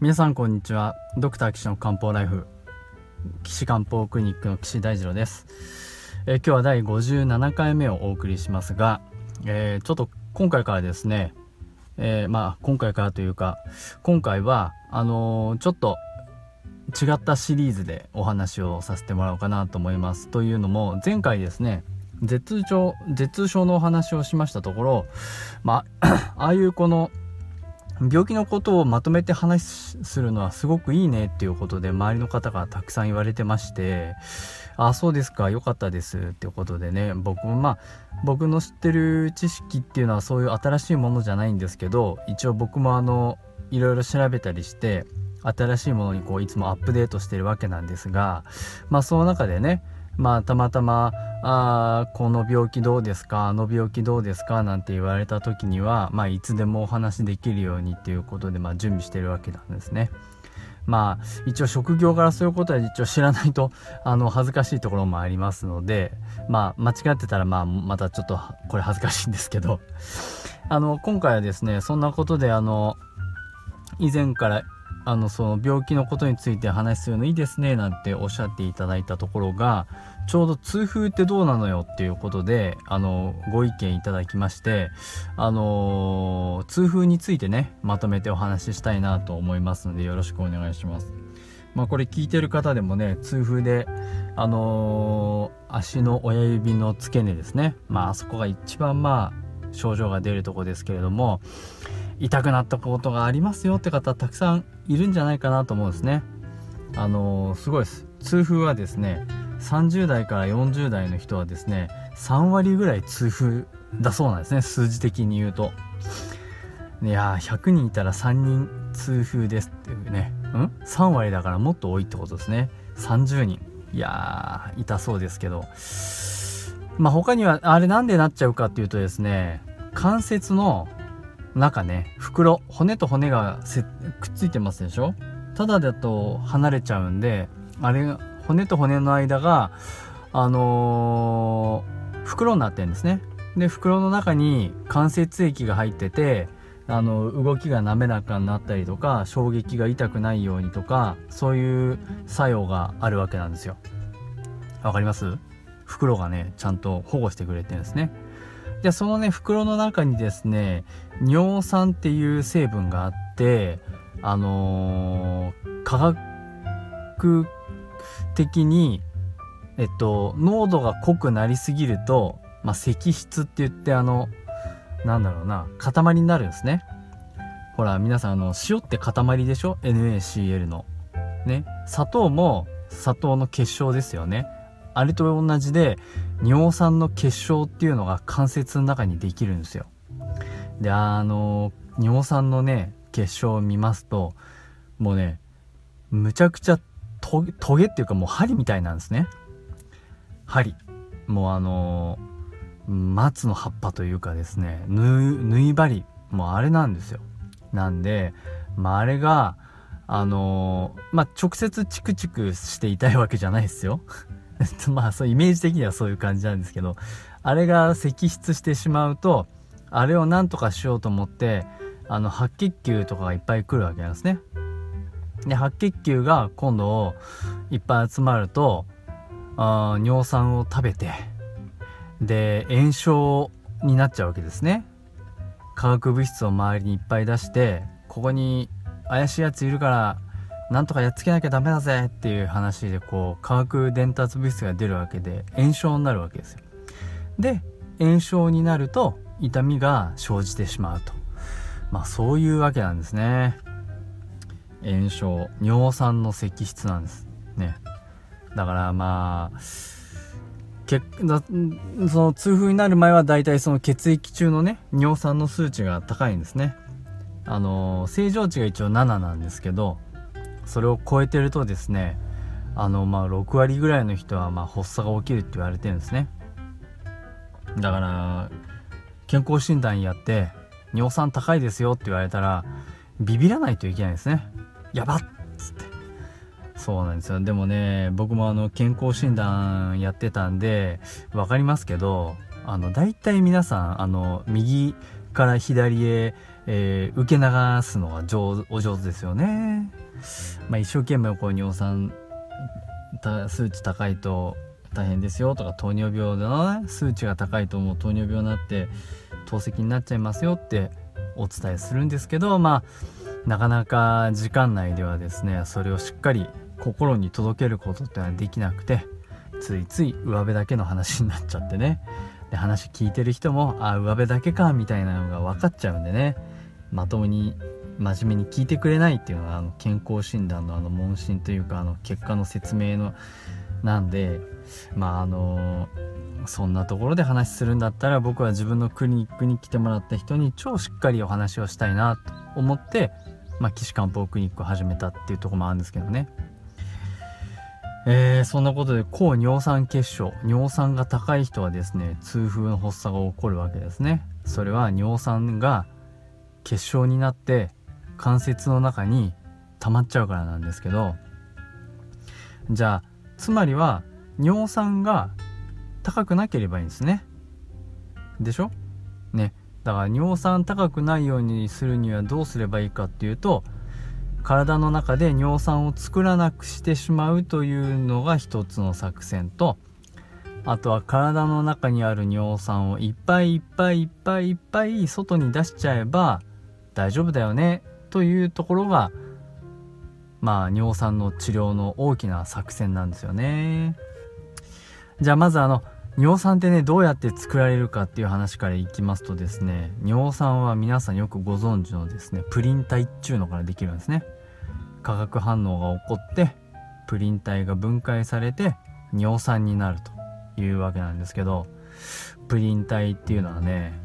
皆さんこんにちは。ドクター岸の漢方ライフ岸漢方クリニックの岸大二郎です。今日は第57回目をお送りしますが、ちょっと今回からですね、今回からというか今回はちょっと違ったシリーズでお話をさせてもらおうかなと思います。というのも前回ですね、頭痛のお話をしましたところ、ああいうこの病気のことをまとめて話するのはすごくいいねっていうことで周りの方がたくさん言われてまして、そうですか、よかったですっていうことでね、僕の知ってる知識っていうのはそういう新しいものじゃないんですけど、一応僕もいろいろ調べたりして新しいものにいつもアップデートしてるわけなんですが、その中でね、たまたまこの病気どうですか、あの病気どうですかなんて言われた時には、いつでもお話できるようにっていうことで、準備してるわけなんですね。一応職業からそういうことは一応知らないと恥ずかしいところもありますので、間違ってたらまたちょっとこれ恥ずかしいんですけど今回はですね、そんなことで以前からその病気のことについて話するのいいですねなんておっしゃっていただいたところが、ちょうど痛風ってどうなのよっていうことでご意見いただきまして、痛風についてねまとめてお話ししたいなと思いますのでよろしくお願いします。これ聞いてる方でもね、痛風で足の親指の付け根ですね、あそこが一番症状が出るところですけれども、痛くなったことがありますよって方たくさんいるんじゃないかなと思うんですね。すごいです。痛風はですね、30代から40代の人はですね3割ぐらい痛風だそうなんですね、数字的に言うと。いやー、100人いたら3人痛風ですっていうね、3割だからもっと多いってことですね。30人、いやー痛そうですけど、他にはあれなんでなっちゃうかっていうとですね、関節の中ね、袋、骨と骨がくっついてますでしょ。ただだと離れちゃうんで、あれ骨と骨の間が袋になってるんですね。で袋の中に関節液が入ってて、動きが滑らかになったりとか、衝撃が痛くないようにとか、そういう作用があるわけなんですよ。わかります？袋がねちゃんと保護してくれてるんですね。でそのね袋の中にですね、尿酸っていう成分があって、科学的に濃度が濃くなりすぎると、積質って言って塊になるんですね。ほら皆さん塩って塊でしょ、 NaCl のね。砂糖も砂糖の結晶ですよね。あれと同じで尿酸の結晶っていうのが関節の中にできるんですよ。で尿酸のね結晶を見ますと、もうねむちゃくちゃトゲっていうかもう針みたいなんですね。針、もう松の葉っぱというかですね、縫い針、もうあれなんですよ。なんであれが直接チクチクして痛いわけじゃないですよそうイメージ的にはそういう感じなんですけど、あれが積出してしまうと、あれをなんとかしようと思って白血球とかがいっぱい来るわけなんですね。で白血球が今度いっぱい集まると尿酸を食べて、で炎症になっちゃうわけですね。化学物質を周りにいっぱい出して、ここに怪しいやついるからなんとかやっつけなきゃダメだぜっていう話で化学伝達物質が出るわけで炎症になるわけですよ。で炎症になると痛みが生じてしまうと、そういうわけなんですね。炎症、尿酸の積出なんですね。だからその痛風になる前はだいたいその血液中のね尿酸の数値が高いんですね。正常値が一応7なんですけど、それを超えてるとですね6割ぐらいの人は発作が起きるって言われてるんですね。だから健康診断やって尿酸高いですよって言われたらビビらないといけないですね。やばっつって。そうなんですよ。でもね、僕も健康診断やってたんで分かりますけど、だいたい皆さん右から左へ、受け流すのがお上手ですよね。一生懸命こう尿酸数値高いと大変ですよとか、糖尿病の、ね、数値が高いともう糖尿病になって透析になっちゃいますよってお伝えするんですけど、なかなか時間内ではですね、それをしっかり心に届けることってのはできなくて、ついつい上辺だけの話になっちゃってね。で、話聞いてる人も上辺だけかみたいなのが分かっちゃうんでね、まともに真面目に聞いてくれないっていうのが健康診断の問診というか結果の説明のなんで、そんなところで話するんだったら、僕は自分のクリニックに来てもらった人に超しっかりお話をしたいなと思って、岸漢方クリニックを始めたっていうところもあるんですけどね。そんなことで高尿酸血症、尿酸が高い人はですね、痛風の発作が起こるわけですね。それは尿酸が結晶になって関節の中に溜まっちゃうからなんですけど、じゃあつまりは尿酸が高くなければいいんですね。でしょね。だから尿酸高くないようにするにはどうすればいいかっていうと、体の中で尿酸を作らなくしてしまうというのが一つの作戦と、あとは体の中にある尿酸をいっぱいいっぱいいっぱいいっぱい外に出しちゃえば大丈夫だよねというところが、尿酸の治療の大きな作戦なんですよね。じゃあまず尿酸ってね、どうやって作られるかっていう話からいきますとですね、尿酸は皆さんよくご存知のですね、プリン体っていうのからできるんですね。化学反応が起こってプリン体が分解されて尿酸になるというわけなんですけど、プリン体っていうのはね、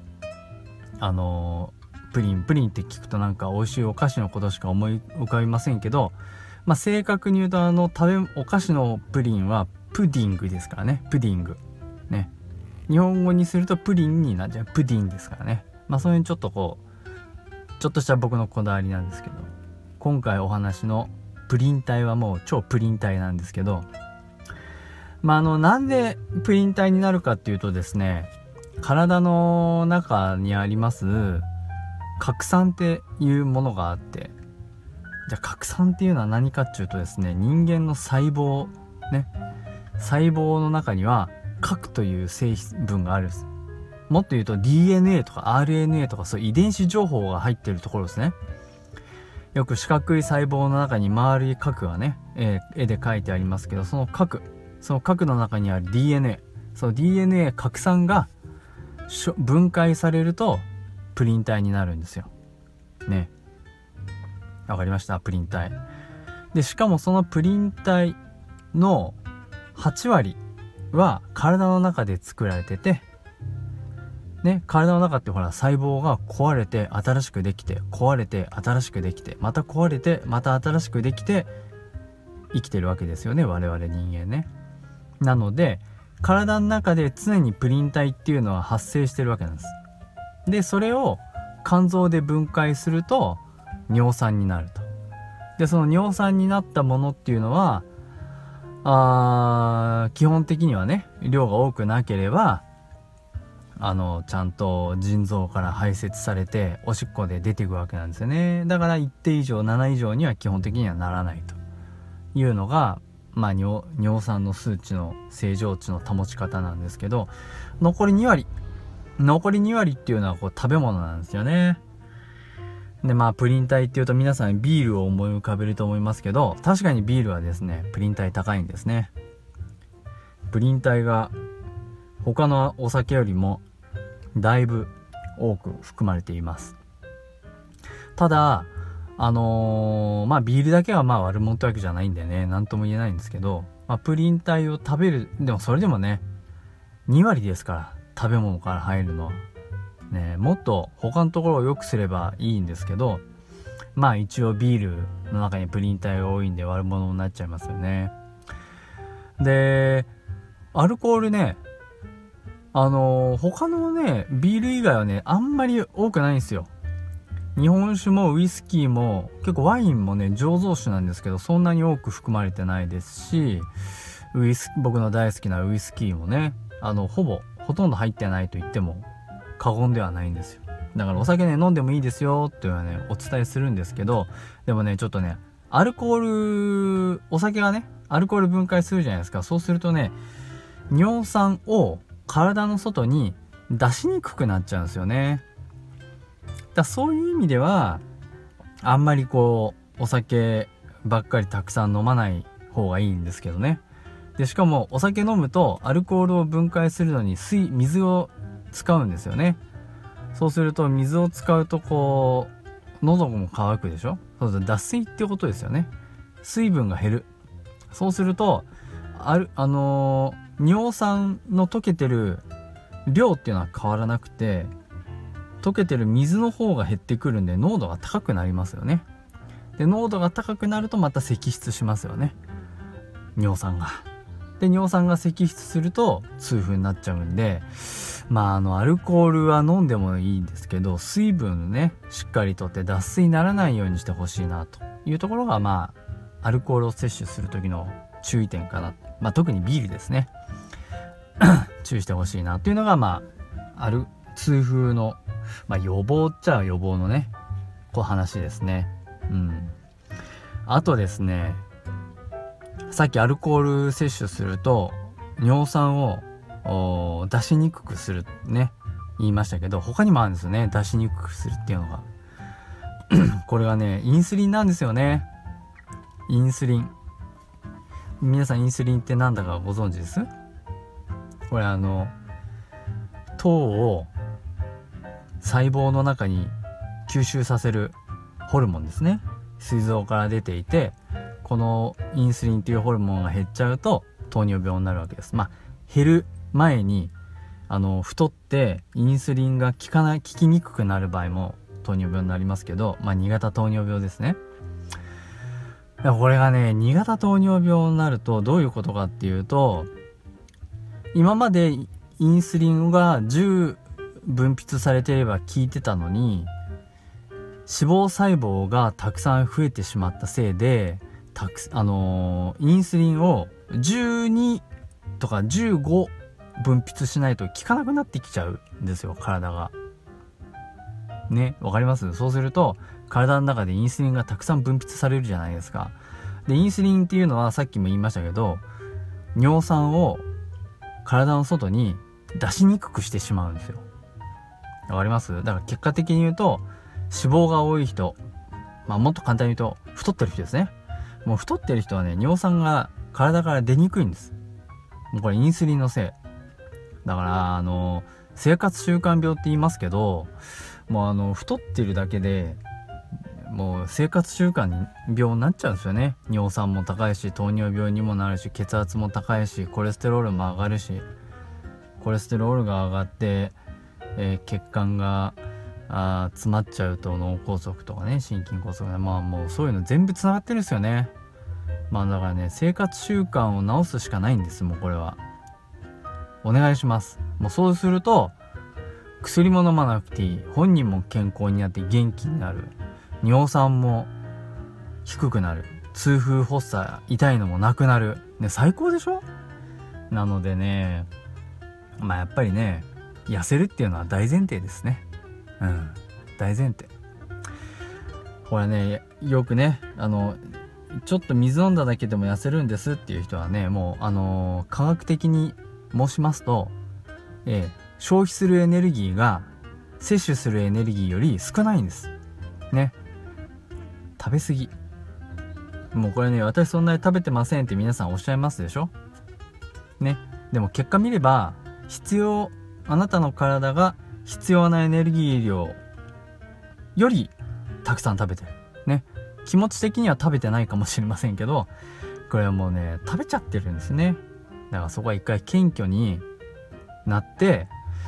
プリンって聞くとなんか美味しいお菓子のことしか思い浮かびませんけど、正確に言うとお菓子のプリンはプディングですからね。プディングね。日本語にするとプリンになっちゃう。プディンですからね。そういうちょっとした僕のこだわりなんですけど、今回お話のプリン体はもう超プリン体なんですけど、なんでプリン体になるかっていうとですね、体の中にあります核酸っていうものがあって、じゃあ核酸っていうのは何かっていうとですね、人間の細胞ね、細胞の中には核という成分があるんです。もっと言うと DNA とか RNA とかそういう遺伝子情報が入ってるところですね。よく四角い細胞の中に丸い核がね、絵で描いてありますけど、その核の中にある DNA、 その DNA 核酸が分解されるとプリン体になるんですよね。わかりました？プリン体で、しかもそのプリン体の8割は体の中で作られててね、体の中ってほら細胞が壊れて新しくできて、壊れて新しくできて、また壊れてまた新しくできて生きてるわけですよね、我々人間ね。なので体の中で常にプリン体っていうのは発生してるわけなんです。でそれを肝臓で分解すると尿酸になると。でその尿酸になったものっていうのは基本的にはね、量が多くなければちゃんと腎臓から排泄されておしっこで出ていくわけなんですよね。だから一定以上7以上には基本的にはならないというのが、尿酸の数値の正常値の保ち方なんですけど、残り2割っていうのは食べ物なんですよね。でプリン体っていうと皆さんビールを思い浮かべると思いますけど、確かにビールはですねプリン体高いんですね。プリン体が他のお酒よりもだいぶ多く含まれています。ただビールだけは悪者ってわけじゃないんでね、なんとも言えないんですけど、プリン体を食べる、でもそれでもね2割ですから、食べ物から入るのはね、もっと他のところを良くすればいいんですけど、一応ビールの中にプリン体が多いんで悪者になっちゃいますよね。でアルコールね、他のねビール以外はねあんまり多くないんですよ。日本酒もウイスキーも結構ワインもね醸造酒なんですけど、そんなに多く含まれてないですし、僕の大好きなウイスキーもねほとんど入ってないと言っても過言ではないんですよ。 だからお酒ね飲んでもいいですよっていうのはねお伝えするんですけど、でもねちょっとねお酒がねアルコール分解するじゃないですか。そうするとね尿酸を体の外に出しにくくなっちゃうんですよね。そういう意味ではあんまりお酒ばっかりたくさん飲まない方がいいんですけどね。でしかもお酒飲むとアルコールを分解するのに水を使うんですよね。そうすると水を使うと喉も渇くでしょ。そうすると脱水ってことですよね。水分が減る。そうすると尿酸の溶けてる量っていうのは変わらなくて、溶けてる水の方が減ってくるんで濃度が高くなりますよね。で濃度が高くなるとまた析出しますよね、尿酸が。で尿酸が析出すると痛風になっちゃうんで、アルコールは飲んでもいいんですけど、水分ねしっかりとって脱水にならないようにしてほしいなというところがアルコールを摂取する時の注意点かな。特にビールですね注意してほしいなというのが痛風の、予防っちゃ予防のね話ですね。あとですね、さっきアルコール摂取すると尿酸を出しにくくするね言いましたけど、他にもあるんですよね、出しにくくするっていうのがこれがねインスリンなんですよね。インスリン、皆さんインスリンってなんだかご存知です？これ糖を細胞の中に吸収させるホルモンですね。膵臓から出ていて、このインスリンというホルモンが減っちゃうと糖尿病になるわけです。減る前に太ってインスリンが効きにくくなる場合も糖尿病になりますけど、2型糖尿病ですね。これがね2型糖尿病になるとどういうことかっていうと、今までインスリンが10分泌されていれば効いてたのに、脂肪細胞がたくさん増えてしまったせいでインスリンを12とか15分泌しないと効かなくなってきちゃうんですよ、体がね。わかります？そうすると体の中でインスリンがたくさん分泌されるじゃないですか。でインスリンっていうのはさっきも言いましたけど、尿酸を体の外に出しにくくしてしまうんですよ。わかります？だから結果的に言うと脂肪が多い人、もっと簡単に言うと太ってる人ですね。もう太ってる人はね尿酸が体から出にくいんです。もうこれインスリンのせいだから、生活習慣病って言いますけど、もう太ってるだけでもう生活習慣病になっちゃうんですよね。尿酸も高いし糖尿病にもなるし、血圧も高いし、コレステロールも上がるし、コレステロールが上がって、血管が詰まっちゃうと脳梗塞とかね、心筋梗塞ね、もうそういうの全部つながってるんですよね。だからね生活習慣を直すしかないんです。もうこれはお願いします。もうそうすると薬も飲まなくていい、本人も健康になって元気になる、尿酸も低くなる、痛風発作痛いのもなくなるね、最高でしょ。なのでねやっぱりね痩せるっていうのは大前提ですね。大前提。これねよくねちょっと水飲んだだけでも痩せるんですっていう人はね、もう科学的に申しますと、消費するエネルギーが摂取するエネルギーより少ないんですね。食べ過ぎ、もうこれね私そんなに食べてませんって皆さんおっしゃいますでしょね。でも結果見ればあなたの体が必要なエネルギー量よりたくさん食べてるね。気持ち的には食べてないかもしれませんけど、これはもうね食べちゃってるんですね。だからそこは一回謙虚になって、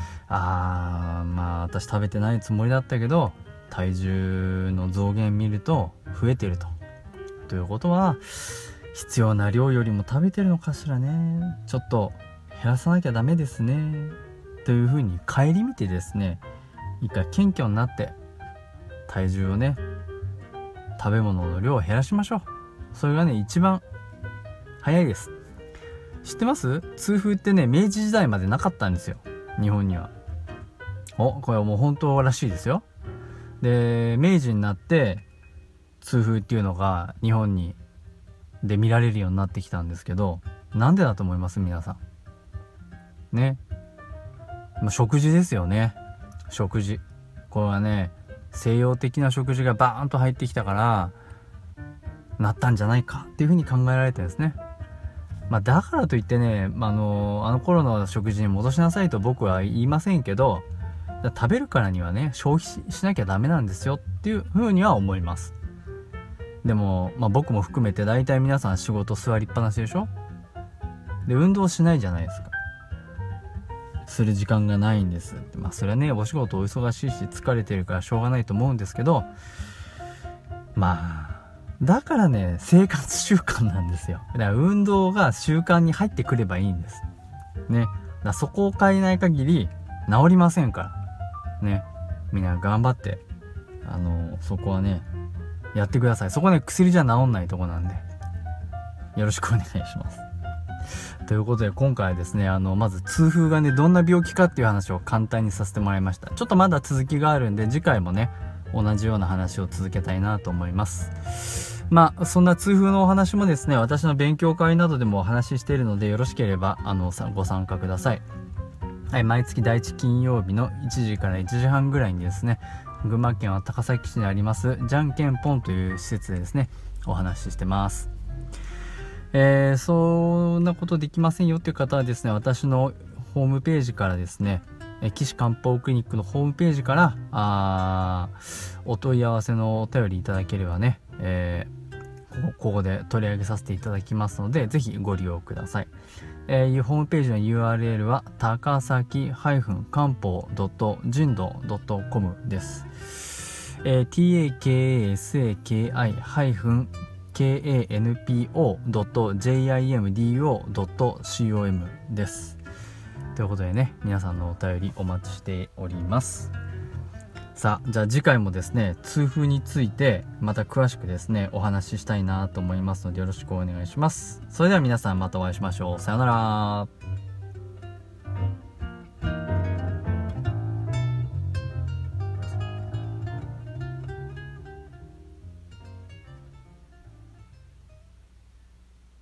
私食べてないつもりだったけど体重の増減見ると増えてるということは必要な量よりも食べてるのかしらね。ちょっと減らさなきゃダメですねというふうに顧みてですね、一回謙虚になって体重をね食べ物の量を減らしましょう。それがね一番早いです。知ってます？痛風ってね明治時代までなかったんですよ、日本には。 これはもう本当らしいですよ。で、明治になって痛風っていうのが日本で見られるようになってきたんですけど、なんでだと思います皆さんね。食事ですよね。食事、これはね、西洋的な食事がバーンと入ってきたからなったんじゃないかっていうふうに考えられてるんですね。だからといってね、あの頃の食事に戻しなさいと僕は言いませんけど、食べるからにはね、消費しなきゃダメなんですよっていうふうには思います。でも、僕も含めて大体皆さん仕事座りっぱなしでしょ。で、運動しないじゃないですか。する時間がないんですって。それはね、お仕事お忙しいし疲れてるからしょうがないと思うんですけど、だからね、生活習慣なんですよ。だから運動が習慣に入ってくればいいんですね。そこを変えない限り治りませんからね。みんな頑張ってそこはねやってください。そこね、薬じゃ治んないとこなんでよろしくお願いします。ということで今回はですね、まず痛風がねどんな病気かっていう話を簡単にさせてもらいました。ちょっとまだ続きがあるんで次回もね同じような話を続けたいなと思います。そんな痛風のお話もですね、私の勉強会などでもお話ししているので、よろしければご参加ください。はい、毎月第1金曜日の1時から1時半ぐらいにですね、群馬県は高崎市にありますじゃんけんぽんという施設でですねお話ししてます。そんなことできませんよっていう方はですね、私のホームページからですね、岸漢方クリニックのホームページからお問い合わせのお便りいただければね、ここで取り上げさせていただきますので、ぜひご利用ください。ホームページの URL は高崎漢方純度 .com です。takasaki-kanpo.jimdo.com です。ということでね、皆さんのお便りお待ちしております。さあ、じゃあ次回もですね、痛風についてまた詳しくですねお話ししたいなと思いますので、よろしくお願いします。それでは皆さんまたお会いしましょう。さようなら。